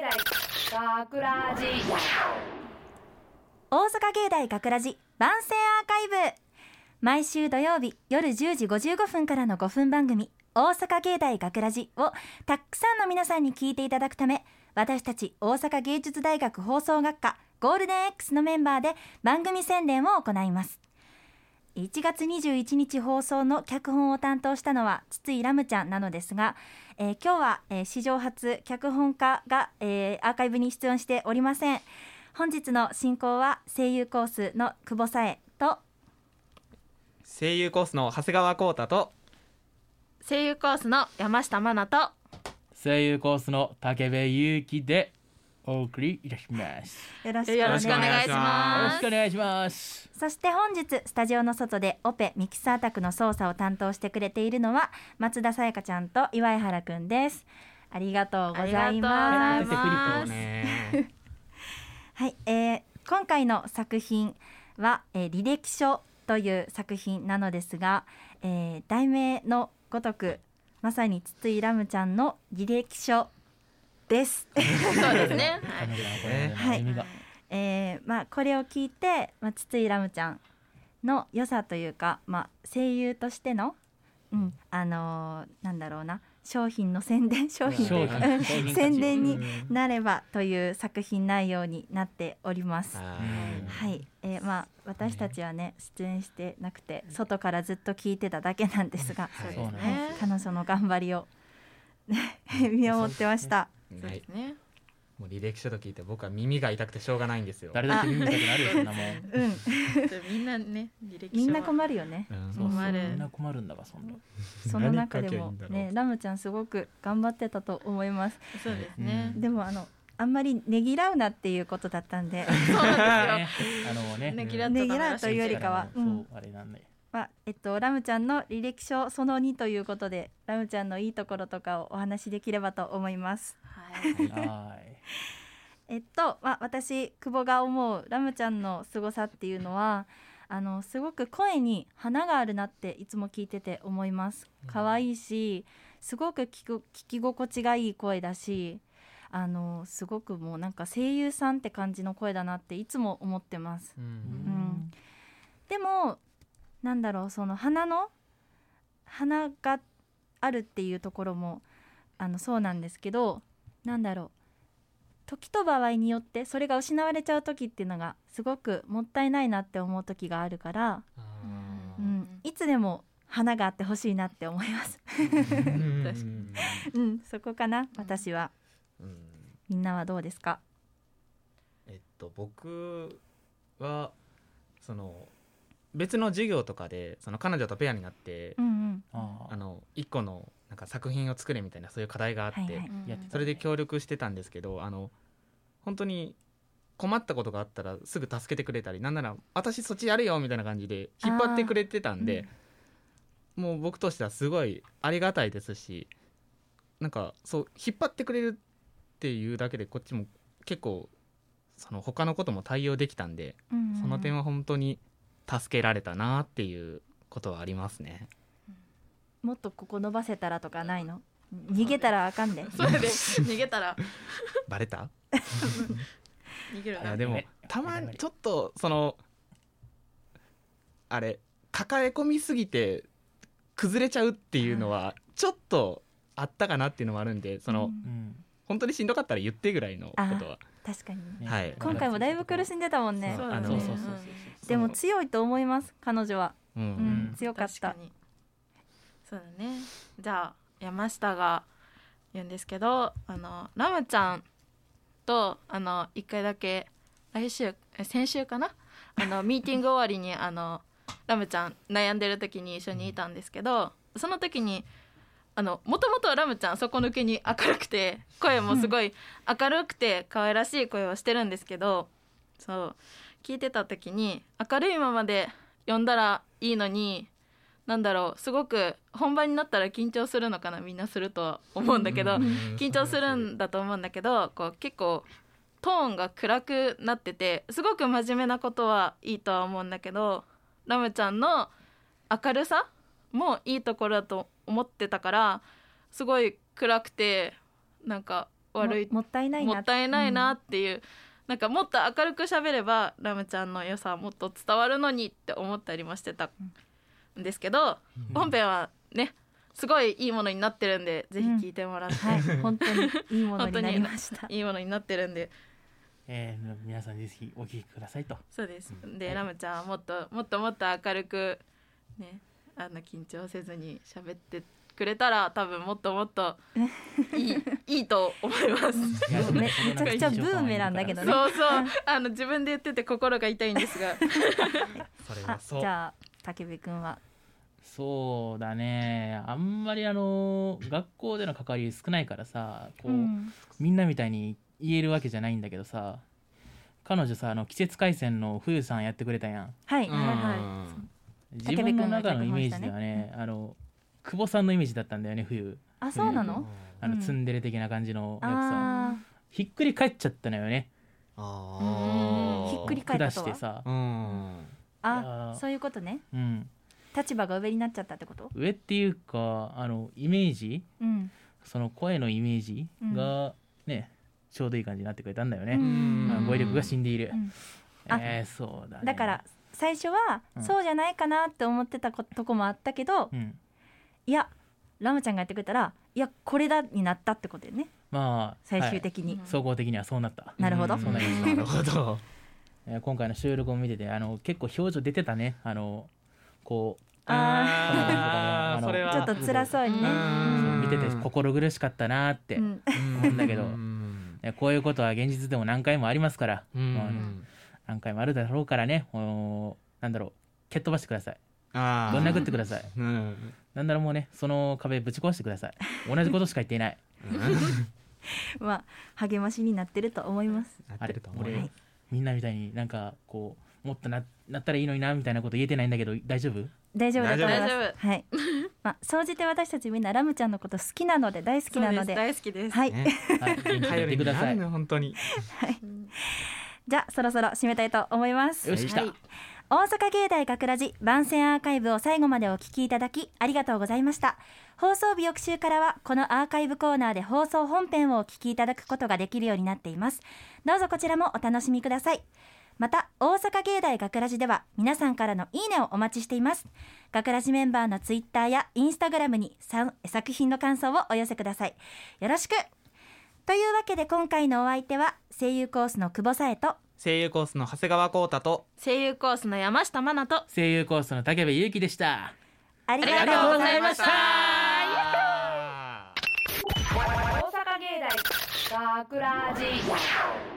学ラジ大阪芸大学ラジ番宣アーカイブ、毎週土曜日夜10時55分からの5分番組大阪芸大学ラジをたくさんの皆さんに聞いていただくため、私たち大阪芸術大学放送学科ゴールデン X のメンバーで番組宣伝を行います。1月21日放送の脚本を担当したのは筒井ラムちゃんなのですが、今日は、史上初脚本家が、アーカイブに出演しておりません。本日の進行は声優コースの久保紗恵と声優コースの長谷川浩太と声優コースの山下真奈と声優コースの武部勇樹でお送りいたします。 よろしくよろしくお願いしよろます。 しくお願いします。 そして本日スタジオの外でオペミキサー宅の操作を担当してくれているのは松田さやかちゃんと岩井原くんです。ありがとうございます。 ありがとうございます出てくるとねはい、今回の作品は、履歴書という作品なのですが、題名のごとくまさに筒井ラムちゃんの履歴書ですそうですね。 はい意味がこれを聞いて、筒井ラムちゃんの良さというか、声優としての、なんだろうな、商品の宣伝商品というか商品宣伝になればという作品内容になっております。 ははい、私たちはね出演してなくて外からずっと聞いてただけなんですが、 そうですそうね。 彼女の頑張りを見守ってました。 そうですね。 もう履歴書と聞いて僕は耳が痛くてしょうがないんですよ。 誰だって耳痛くなるよ、そんなもん。 みんなね、履歴書みんな困るよね。 うんそうそう困るみんな困るんだわ、そんな。 その中でも何書けばいいんだろねうラムちゃんすごく頑張ってたと思います。 そうですね。 でもあんまりねぎらうなっていうことだったんでそうなんねですよ。ねぎらねぎらうというよりかはそうあれなんだよ。 ラムちゃんの履歴書その2ということでラムちゃんのいいところとかをお話しできればと思います。 はい。 はい私久保が思うラムちゃんの凄さっていうのはすごく声に花があるなっていつも聞いてて思います。可愛いしすごく聞き心地がいい声だしすごくもうなんか声優さんって感じの声だなっていつも思ってます。でもなんだろう、その花があるっていうところもそうなんですけど、なんだろう、時と場合によってそれが失われちゃう時っていうのがすごくもったいないなって思う時があるから、いつでも花があってほしいなって思いますそこかな、私は。みんなはどうですか？ 僕はその別の授業とかでその彼女とペアになって、一個のなんか作品を作れみたいなそういう課題があって、 やってたそれで協力してたんですけど、本当に困ったことがあったらすぐ助けてくれたり、なんなら私そっちやるよみたいな感じで引っ張ってくれてたんで、もう僕としてはすごいありがたいですし、なんかそう引っ張ってくれるっていうだけでこっちも結構その他のことも対応できたんで、その点は本当に助けられたなっていうことはありますね。 もっとここ伸ばせたらとかないの？逃げたらあかんで。 それで逃げたらバレた？ 逃げるいやでもたまにちょっとそのあれ抱え込みすぎて崩れちゃうっていうのはちょっとあったかなっていうのもあるんで、その、本当にしんどかったら言ってぐらいのことは。 確かに、 ねはい、 今回もだいぶ苦しんでたもんね。 そうでも強いと思います、彼女は。強かった。 確かにそうだね。じゃあ山下が言うんですけど、ラムちゃんと一回だけ先週かなミーティング終わりにラムちゃん悩んでる時に一緒にいたんですけど、その時にもともとラムちゃん底抜けに明るくて声もすごい明るくて可愛らしい声をしてるんですけど、そう聞いてた時に明るいままで読んだらいいのに、なんだろう、すごく本番になったら緊張するのかな、みんなするとは思うんだけど、緊張するんだと思うんだけど、こう結構トーンが暗くなっててすごく真面目なことはいいとは思うんだけど、ラムちゃんの明るさもいいところだと思ってたから、すごい暗くてなんか悪いもったいないなもったいないなっていう、なんかもっと明るく喋ればラムちゃんの良さはもっと伝わるのにって思ったりもしてたんですけど、本編はねすごいいいものになってるんで、ぜひ聞いてもらって、 はい、本当にいいものになりましたいいものになってるんで、 皆さんぜひお聞きくださいと。 そうです。で、ラムちゃんはもっと明るくね、緊張せずに喋ってくれたら多分もっといいと思います。 めちゃくちゃブーメランだけどね。 そうそう、自分で言ってて心が痛いんですがそれはそう。 じゃあ武部君は。 そうだね、あんまり学校での関わり少ないからさ、こう、みんなみたいに言えるわけじゃないんだけどさ、彼女さ季節回線の冬さんやってくれたやん。 はいうんはいはい。 自分の中のイメージではね、久保さんのイメージだったんだよね、冬。 あ、そうなの？ ツンデレ的な感じのやつさ、 あひっくり返っちゃったのよね。 あひっくり返ったとは下してさ、 あ、そういうことね。立場が上になっちゃったってこと？ 上っていうかイメージ、その声のイメージがね、ちょうどいい感じになってくれたんだよね。語彙力が死んでいる。そうだね。 だから最初はそうじゃないかなって思ってたとこもあったけど、いやラムちゃんがやってくれたら、いやこれだになったってことよね。 まあ最終的に、 総合的にはそうなった。 なるほど。 そうなりました。 なるほど。 今回の収録を見てて結構表情出てたね。こうそれはちょっと辛そうにね、 見てて心苦しかったなって思うんだけど、こういうことは現実でも何回もありますから、何回もあるだろうからね、なんだろう、蹴っ飛ばしてください。ぶん殴ってください。なんだろう、もうね、その壁ぶち壊してください。同じことしか言っていない。 まあ励ましになってると思います。 あれ、俺みんなみたいになんかこうもっとなったらいいのになみたいなこと言えてないんだけど、大丈夫？ 大丈夫だと思います。 大丈夫。 はい。まあ総じて私たちみんなラムちゃんのこと好きなので、大好きなので、 大好きです。 はい。 元気にやってください。 本当に。 はい。じゃあそろそろ締めたいと思います。 よし、来た。 大阪芸大学ラジ番宣アーカイブを最後までお聞きいただきありがとうございました。放送日翌週からはこのアーカイブコーナーで放送本編をお聞きいただくことができるようになっています。どうぞこちらもお楽しみください。また大阪芸大学ラジでは皆さんからのいいねをお待ちしています。学ラジメンバーのツイッターやインスタグラムに作品の感想をお寄せください。よろしく。というわけで今回のお相手は声優コースの久保紗恵と声優コースの長谷川浩太と声優コースの山下真奈と声優コースの武部勇樹でした。 ありがとうございました。 大阪芸大学ラジ